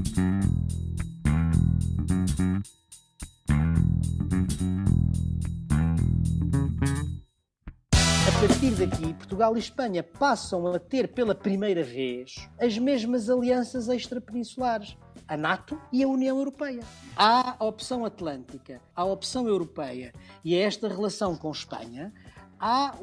A partir daqui, Portugal e Espanha passam a ter pela primeira vez as mesmas alianças extrapeninsulares, a NATO e a União Europeia. Há a opção atlântica, há a opção europeia e a esta relação com Espanha. Há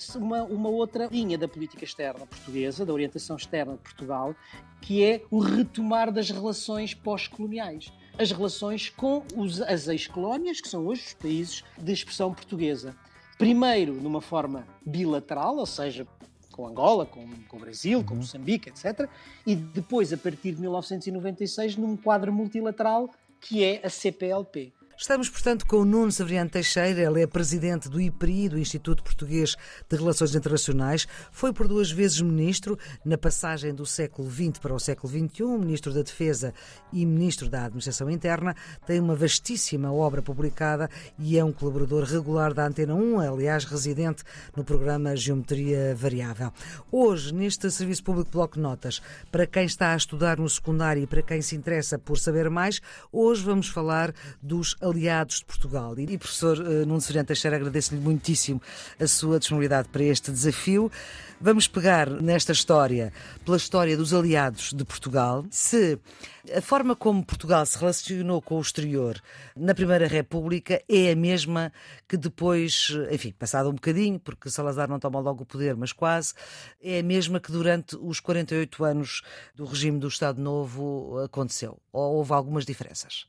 uma outra linha da política externa portuguesa, da orientação externa de Portugal, que é o retomar das relações pós-coloniais. As relações com as ex-colónias, que são hoje os países de expressão portuguesa. Primeiro, numa forma bilateral, ou seja, com Angola, com o Brasil, com Moçambique, etc. E depois, a partir de 1996, num quadro multilateral, que é a CPLP. Estamos, portanto, com o Nuno Severiano Teixeira. Ele é presidente do IPRI, do Instituto Português de Relações Internacionais. Foi por 2 vezes ministro, na passagem do século XX para o século XXI, ministro da Defesa e ministro da Administração Interna. Tem uma vastíssima obra publicada e é um colaborador regular da Antena 1, aliás, residente no programa Geometria Variável. Hoje, neste Serviço Público Bloco de Notas, para quem está a estudar no secundário e para quem se interessa por saber mais, hoje vamos falar dos aliados de Portugal. E professor Nuno Severiano Teixeira, agradeço-lhe muitíssimo a sua disponibilidade para este desafio. Vamos pegar nesta história, pela história dos aliados de Portugal, se a forma como Portugal se relacionou com o exterior na Primeira República é a mesma que depois, enfim, passado um bocadinho, porque Salazar não toma logo o poder, mas quase, é a mesma que durante os 48 anos do regime do Estado Novo aconteceu? Ou houve algumas diferenças?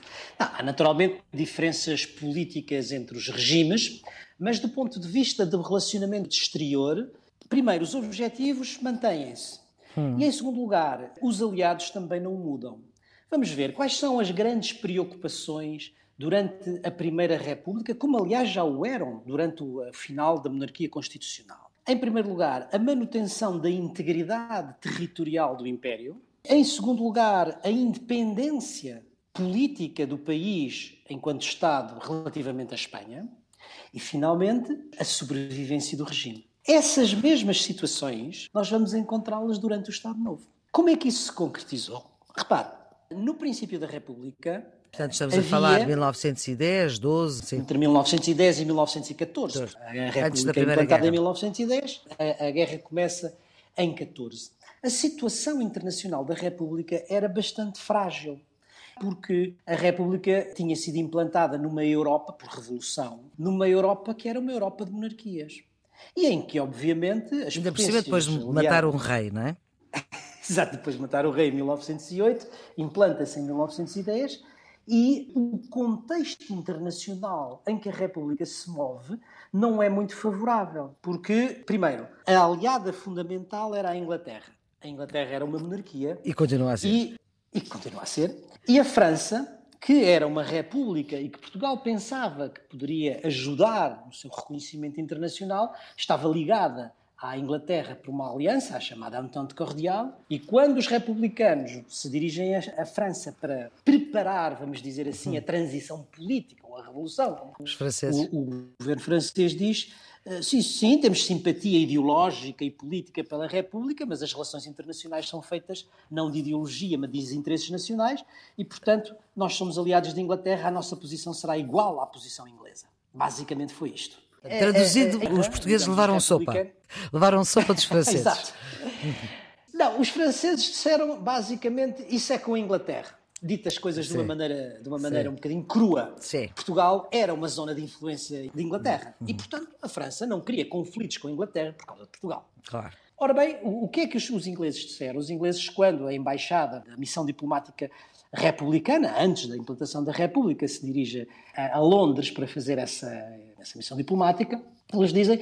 Há naturalmente diferenças políticas entre os regimes, mas do ponto de vista do relacionamento exterior, primeiro, os objetivos mantêm-se. E em segundo lugar, os aliados também não mudam. Vamos ver quais são as grandes preocupações durante a Primeira República, como aliás já o eram durante o final da monarquia constitucional. Em primeiro lugar, a manutenção da integridade territorial do Império. Em segundo lugar, a independência política do país enquanto Estado relativamente à Espanha e, finalmente, a sobrevivência do regime. Essas mesmas situações nós vamos encontrá-las durante o Estado Novo. Como é que isso se concretizou? Repare, no princípio da República... Portanto, estamos a falar de 1910, 12... Sim. Entre 1910 e 1914. A República é implantada em 1910, a guerra começa em 14. A situação internacional da República era bastante frágil, porque a República tinha sido implantada numa Europa, por revolução, numa Europa que era uma Europa de monarquias. E em que, obviamente, as ainda por cima, depois de matar um rei, não é? Exato, depois de matar o rei em 1908, implanta-se em 1910, e o contexto internacional em que a República se move não é muito favorável, porque, primeiro, a aliada fundamental era a Inglaterra. A Inglaterra era uma monarquia. E continua a ser. E continua a ser. E a França, que era uma república e que Portugal pensava que poderia ajudar no seu reconhecimento internacional, estava ligada à Inglaterra por uma aliança, a chamada Entente Cordial, e quando os republicanos se dirigem à França para preparar, vamos dizer assim, a transição política ou a revolução, os franceses. O governo francês diz... Sim, temos simpatia ideológica e política pela República, mas as relações internacionais são feitas não de ideologia, mas de interesses nacionais e, portanto, nós somos aliados de Inglaterra, a nossa posição será igual à posição inglesa. Basicamente foi isto. Traduzido, os portugueses levaram sopa. Levaram sopa dos franceses. Exato. Não, os franceses disseram, basicamente, isso é com a Inglaterra. Dito as coisas de uma maneira um bocadinho crua. Sim. Portugal era uma zona de influência de Inglaterra. E, portanto, a França não queria conflitos com a Inglaterra por causa de Portugal. Claro. Ora bem, o que é que os ingleses disseram? Os ingleses, quando a embaixada, a missão diplomática republicana, antes da implantação da República, se dirige a Londres para fazer essa missão diplomática, eles dizem,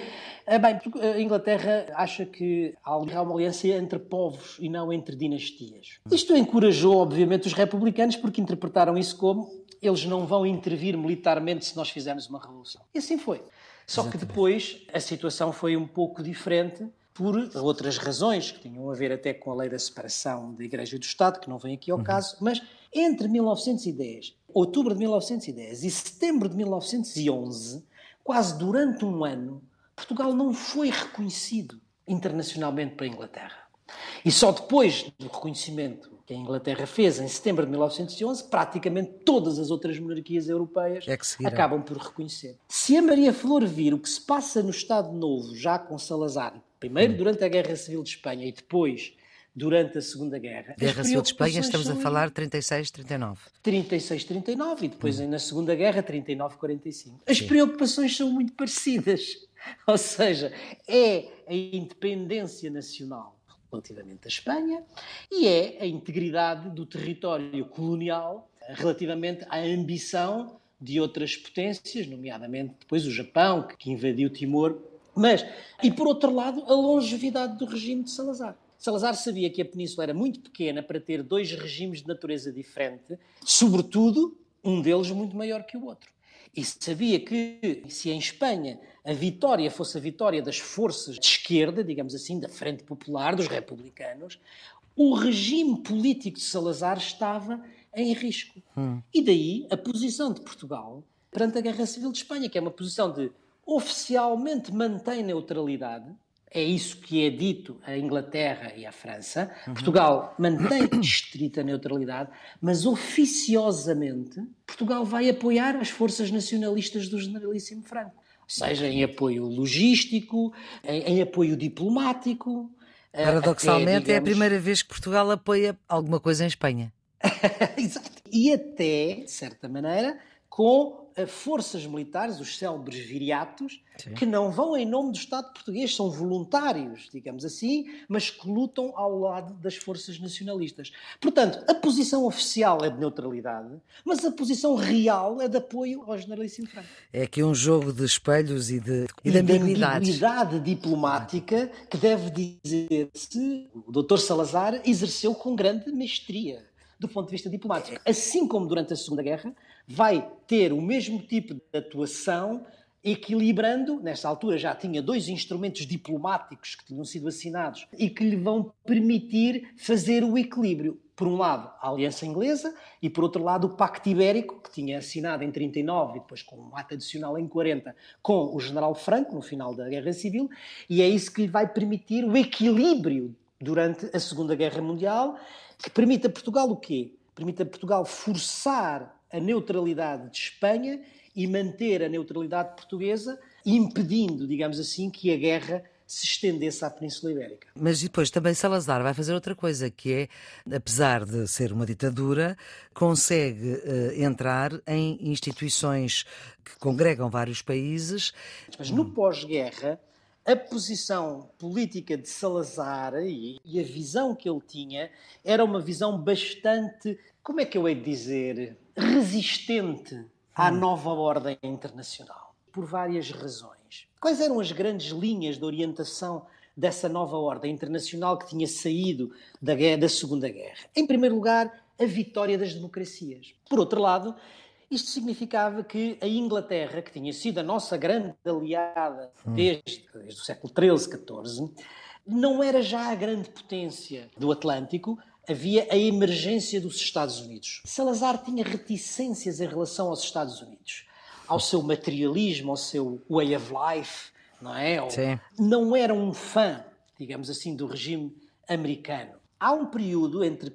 a Inglaterra acha que há uma aliança entre povos e não entre dinastias. Isto encorajou, obviamente, os republicanos porque interpretaram isso como eles não vão intervir militarmente se nós fizermos uma revolução. E assim foi. Só que depois a situação foi um pouco diferente por outras razões, que tinham a ver até com a lei da separação da Igreja e do Estado, que não vem aqui ao caso, mas entre 1910, outubro de 1910 e setembro de 1911, quase durante um ano, Portugal não foi reconhecido internacionalmente pela Inglaterra. E só depois do reconhecimento que a Inglaterra fez em setembro de 1911, praticamente todas as outras monarquias europeias acabam por reconhecer. Se a Maria Flor vir o que se passa no Estado Novo, já com Salazar, primeiro durante a Guerra Civil de Espanha e depois durante a Segunda Guerra... Guerra Civil de Espanha, estamos a falar 36-39. 36-39 e depois na Segunda Guerra 39-45. As preocupações são muito parecidas. Ou seja, é a independência nacional relativamente à Espanha e é a integridade do território colonial relativamente à ambição de outras potências, nomeadamente depois o Japão, que invadiu Timor. E por outro lado, a longevidade do regime de Salazar. Salazar sabia que a Península era muito pequena para ter dois regimes de natureza diferente, sobretudo um deles muito maior que o outro. E sabia que, se em Espanha a vitória fosse a vitória das forças de esquerda, digamos assim, da Frente Popular, dos republicanos, o regime político de Salazar estava em risco. E daí a posição de Portugal perante a Guerra Civil de Espanha, que é uma posição de oficialmente mantém neutralidade. É isso que é dito à Inglaterra e à França. Portugal mantém estrita neutralidade, mas oficiosamente Portugal vai apoiar as forças nacionalistas do generalíssimo Franco. Ou seja, em apoio logístico, em apoio diplomático. Paradoxalmente, é a primeira vez que Portugal apoia alguma coisa em Espanha. Exato. E até, de certa maneira, com forças militares, os célebres viriatos, que não vão em nome do Estado português, são voluntários, digamos assim, mas que lutam ao lado das forças nacionalistas. Portanto, a posição oficial é de neutralidade, mas a posição real é de apoio ao generalíssimo Franco. É aqui um jogo de espelhos e de ambiguidades. De ambiguidade diplomática que deve dizer-se o Dr. Salazar exerceu com grande mestria do ponto de vista diplomático. Assim como durante a Segunda Guerra, vai ter o mesmo tipo de atuação, equilibrando, nesta altura já tinha 2 instrumentos diplomáticos que tinham sido assinados e que lhe vão permitir fazer o equilíbrio. Por um lado, a Aliança Inglesa e, por outro lado, o Pacto Ibérico, que tinha assinado em 39 e depois com um ato adicional em 40 com o general Franco, no final da Guerra Civil, e é isso que lhe vai permitir o equilíbrio durante a Segunda Guerra Mundial, que permite a Portugal o quê? Permite a Portugal forçar a neutralidade de Espanha e manter a neutralidade portuguesa, impedindo, digamos assim, que a guerra se estendesse à Península Ibérica. Mas depois também Salazar vai fazer outra coisa, que é, apesar de ser uma ditadura, consegue entrar em instituições que congregam vários países. Mas no pós-guerra, a posição política de Salazar e a visão que ele tinha era uma visão bastante, como é que eu hei de dizer, resistente à nova ordem internacional, por várias razões. Quais eram as grandes linhas de orientação dessa nova ordem internacional que tinha saído da Segunda Guerra? Em primeiro lugar, a vitória das democracias. Por outro lado, isto significava que a Inglaterra, que tinha sido a nossa grande aliada desde o século XIII, XIV, não era já a grande potência do Atlântico, havia a emergência dos Estados Unidos. Salazar tinha reticências em relação aos Estados Unidos, ao seu materialismo, ao seu way of life, não é? Não era um fã, digamos assim, do regime americano. Há um período entre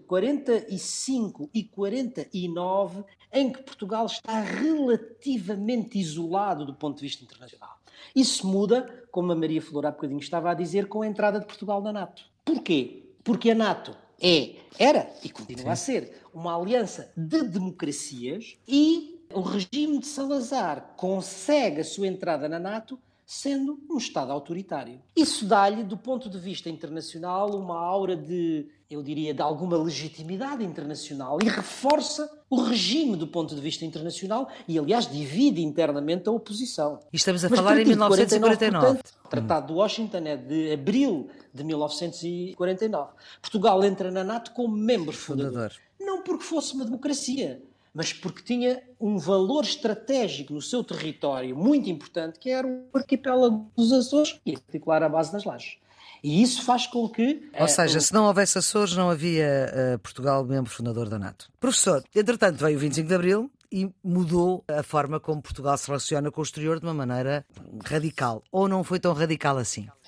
45 e 49 em que Portugal está relativamente isolado do ponto de vista internacional. Isso muda, como a Maria Flor há bocadinho estava a dizer, com a entrada de Portugal na NATO. Porquê? Porque a NATO era e continua a ser uma aliança de democracias e o regime de Salazar consegue a sua entrada na NATO sendo um Estado autoritário. Isso dá-lhe, do ponto de vista internacional, uma aura de, eu diria, de alguma legitimidade internacional e reforça o regime do ponto de vista internacional e, aliás, divide internamente a oposição. E estamos a falar em 1949. Portanto, o Tratado de Washington é de abril de 1949. Portugal entra na NATO como membro fundador. Não porque fosse uma democracia, mas porque tinha um valor estratégico no seu território muito importante, que era o arquipélago dos Açores e, em particular, a base das Lajes. E isso faz com que... Ou seja, se não houvesse Açores, não havia Portugal membro fundador da NATO. Professor, entretanto veio o 25 de Abril e mudou a forma como Portugal se relaciona com o exterior de uma maneira radical. Ou não foi tão radical assim?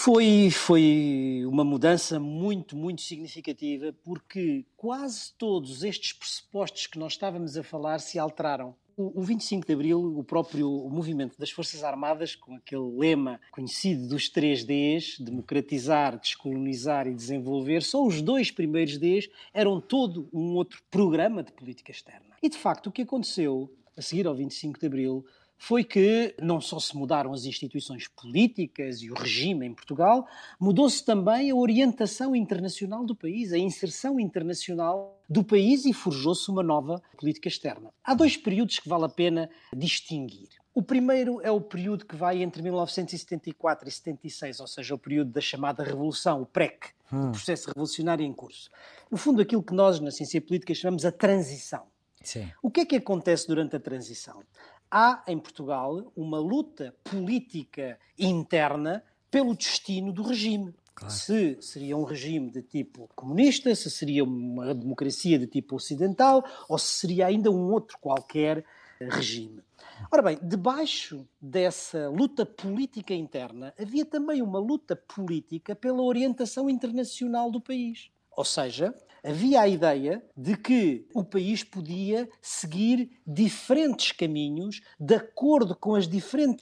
Foi uma mudança muito, muito significativa, porque quase todos estes pressupostos que nós estávamos a falar se alteraram. O 25 de Abril, o próprio movimento das Forças Armadas, com aquele lema conhecido dos 3 Ds, democratizar, descolonizar e desenvolver, só os 2 primeiros Ds eram todo um outro programa de política externa. E, de facto, o que aconteceu a seguir ao 25 de Abril foi que não só se mudaram as instituições políticas e o regime em Portugal, mudou-se também a orientação internacional do país, a inserção internacional do país e forjou-se uma nova política externa. Há 2 períodos que vale a pena distinguir. O primeiro é o período que vai entre 1974 e 76, ou seja, o período da chamada Revolução, o PREC, o processo revolucionário em curso. No fundo, aquilo que nós, na ciência política, chamamos a transição. Sim. O que é que acontece durante a transição? Há, em Portugal, uma luta política interna pelo destino do regime. Claro. Se seria um regime de tipo comunista, se seria uma democracia de tipo ocidental, ou se seria ainda um outro qualquer regime. Ora bem, debaixo dessa luta política interna, havia também uma luta política pela orientação internacional do país. Ou seja, havia a ideia de que o país podia seguir diferentes caminhos de acordo com os diferentes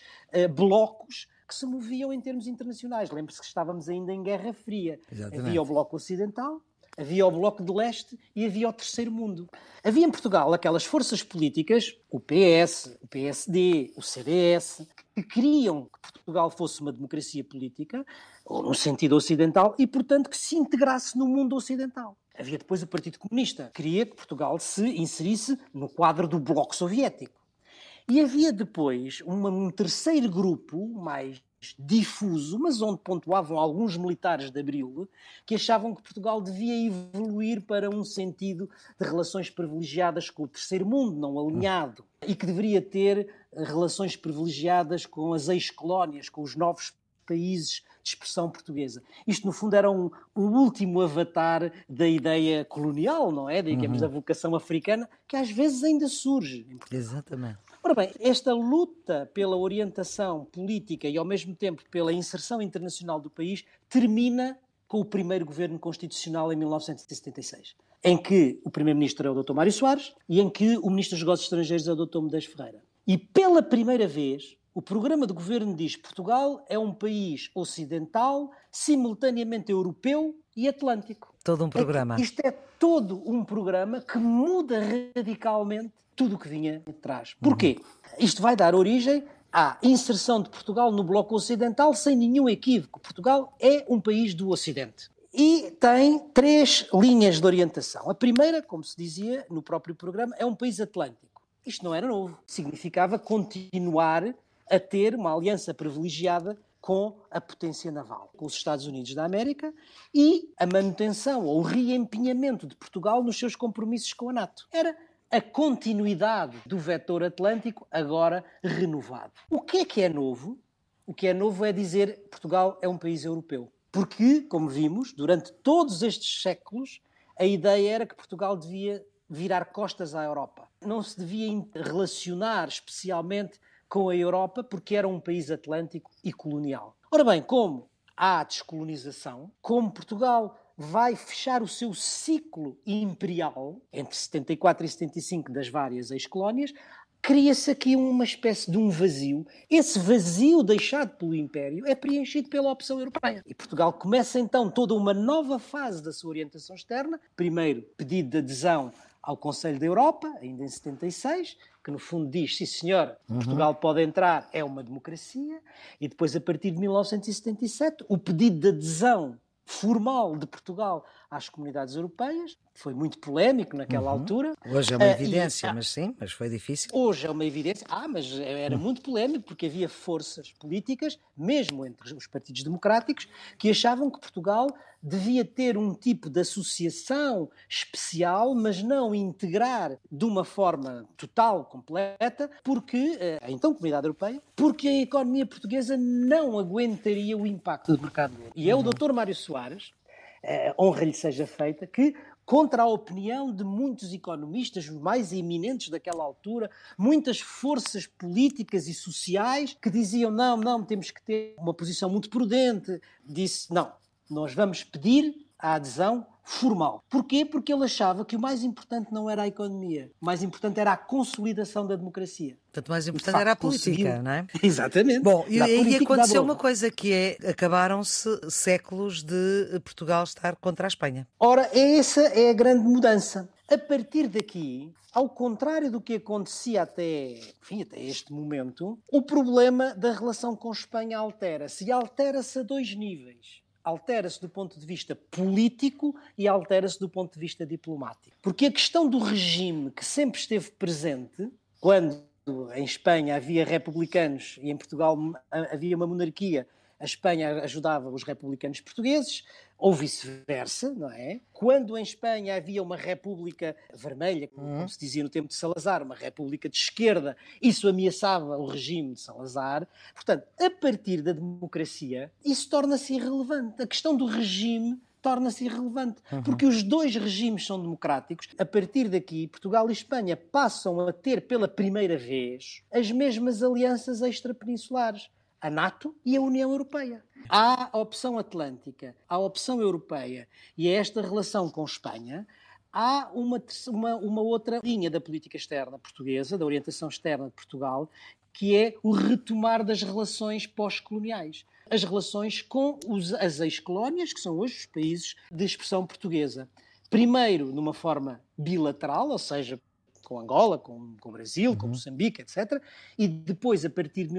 blocos que se moviam em termos internacionais. Lembre-se que estávamos ainda em Guerra Fria. Exatamente. Havia o Bloco Ocidental, havia o Bloco de Leste e havia o Terceiro Mundo. Havia em Portugal aquelas forças políticas, o PS, o PSD, o CDS, que queriam que Portugal fosse uma democracia política, ou no sentido ocidental, e, portanto, que se integrasse no mundo ocidental. Havia depois o Partido Comunista, que queria que Portugal se inserisse no quadro do Bloco Soviético. E havia depois um terceiro grupo, mais difuso, mas onde pontuavam alguns militares de Abril, que achavam que Portugal devia evoluir para um sentido de relações privilegiadas com o Terceiro Mundo, não alinhado, e que deveria ter relações privilegiadas com as ex-colónias, com os novos países de expressão portuguesa. Isto, no fundo, era um último avatar da ideia colonial, não é? Digamos, da vocação africana, que às vezes ainda surge em Portugal. Exatamente. Ora bem, esta luta pela orientação política e, ao mesmo tempo, pela inserção internacional do país termina com o primeiro governo constitucional em 1976, em que o primeiro-ministro é o Dr. Mário Soares e em que o ministro dos Negócios Estrangeiros é o Dr. Medeiros Ferreira. E, pela primeira vez, o programa de governo diz que Portugal é um país ocidental, simultaneamente europeu e atlântico. Todo um programa. Isto é todo um programa que muda radicalmente tudo o que vinha atrás. Porquê? Isto vai dar origem à inserção de Portugal no Bloco Ocidental sem nenhum equívoco. Portugal é um país do Ocidente. E tem 3 linhas de orientação. A primeira, como se dizia no próprio programa, é um país atlântico. Isto não era novo. Significava continuar a ter uma aliança privilegiada com a potência naval, com os Estados Unidos da América, e a manutenção ou o reempenhamento de Portugal nos seus compromissos com a NATO. Era a continuidade do vetor atlântico agora renovado. O que é novo? O que é novo é dizer que Portugal é um país europeu. Porque, como vimos, durante todos estes séculos, a ideia era que Portugal devia virar costas à Europa. Não se devia relacionar especialmente com a Europa porque era um país atlântico e colonial. Ora bem, como há a descolonização, como Portugal vai fechar o seu ciclo imperial entre 74 e 75 das várias ex-colónias, cria-se aqui uma espécie de um vazio. Esse vazio deixado pelo Império é preenchido pela opção europeia. E Portugal começa então toda uma nova fase da sua orientação externa. Primeiro, pedido de adesão ao Conselho da Europa, ainda em 76, que no fundo diz, sim senhor, Portugal pode entrar, é uma democracia. E depois, a partir de 1977, o pedido de adesão formal de Portugal às comunidades europeias, foi muito polémico naquela altura. Hoje é uma evidência, mas foi difícil. Hoje é uma evidência, mas era muito polémico porque havia forças políticas, mesmo entre os partidos democráticos, que achavam que Portugal devia ter um tipo de associação especial, mas não integrar de uma forma total, completa, porque, a então Comunidade Europeia, porque a economia portuguesa não aguentaria o impacto do mercado. E é o Dr. Mário Soares, honra lhe seja feita, que contra a opinião de muitos economistas, os mais eminentes daquela altura, muitas forças políticas e sociais que diziam não, temos que ter uma posição muito prudente. Disse, não, nós vamos pedir a adesão formal. Porquê? Porque ele achava que o mais importante não era a economia, o mais importante era a consolidação da democracia. Portanto, o mais importante era a política, não é? Exatamente. Bom, e aconteceu uma coisa que acabaram-se séculos de Portugal estar contra a Espanha. Ora, essa é a grande mudança. A partir daqui, ao contrário do que acontecia até este momento, o problema da relação com a Espanha altera-se, e altera-se a dois níveis. Altera-se do ponto de vista político e altera-se do ponto de vista diplomático. Porque a questão do regime, que sempre esteve presente, quando em Espanha havia republicanos e em Portugal havia uma monarquia, a Espanha ajudava os republicanos portugueses, ou vice-versa, não é? Quando em Espanha havia uma república vermelha, como se dizia no tempo de Salazar, uma república de esquerda, isso ameaçava o regime de Salazar. Portanto, a partir da democracia, isso torna-se irrelevante. A questão do regime torna-se irrelevante, porque os dois regimes são democráticos. A partir daqui, Portugal e Espanha passam a ter pela primeira vez as mesmas alianças extrapeninsulares, a NATO e a União Europeia. Há a opção atlântica, há a opção europeia e a esta relação com Espanha. Há uma outra linha da política externa portuguesa, da orientação externa de Portugal, que é o retomar das relações pós-coloniais. As relações com as ex-colónias, que são hoje os países de expressão portuguesa. Primeiro, numa forma bilateral, ou seja, com Angola, com o Brasil, com Moçambique, etc. E depois, a partir de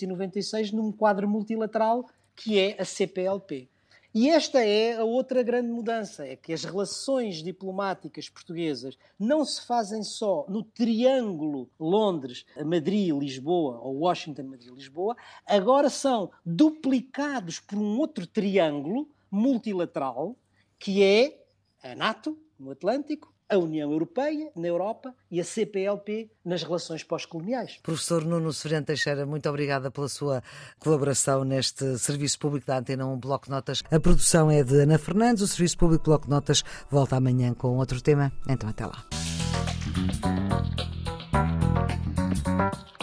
1996, num quadro multilateral, que é a CPLP. E esta é a outra grande mudança, é que as relações diplomáticas portuguesas não se fazem só no triângulo Londres-Madrid-Lisboa ou Washington-Madrid-Lisboa, agora são duplicados por um outro triângulo multilateral, que é a NATO, no Atlântico, a União Europeia, na Europa, e a CPLP nas relações pós-coloniais. Professor Nuno Severiano Teixeira, muito obrigada pela sua colaboração neste Serviço Público da Antena 1 Bloco de Notas. A produção é de Ana Fernandes, o Serviço Público Bloco de Notas volta amanhã com outro tema. Então até lá.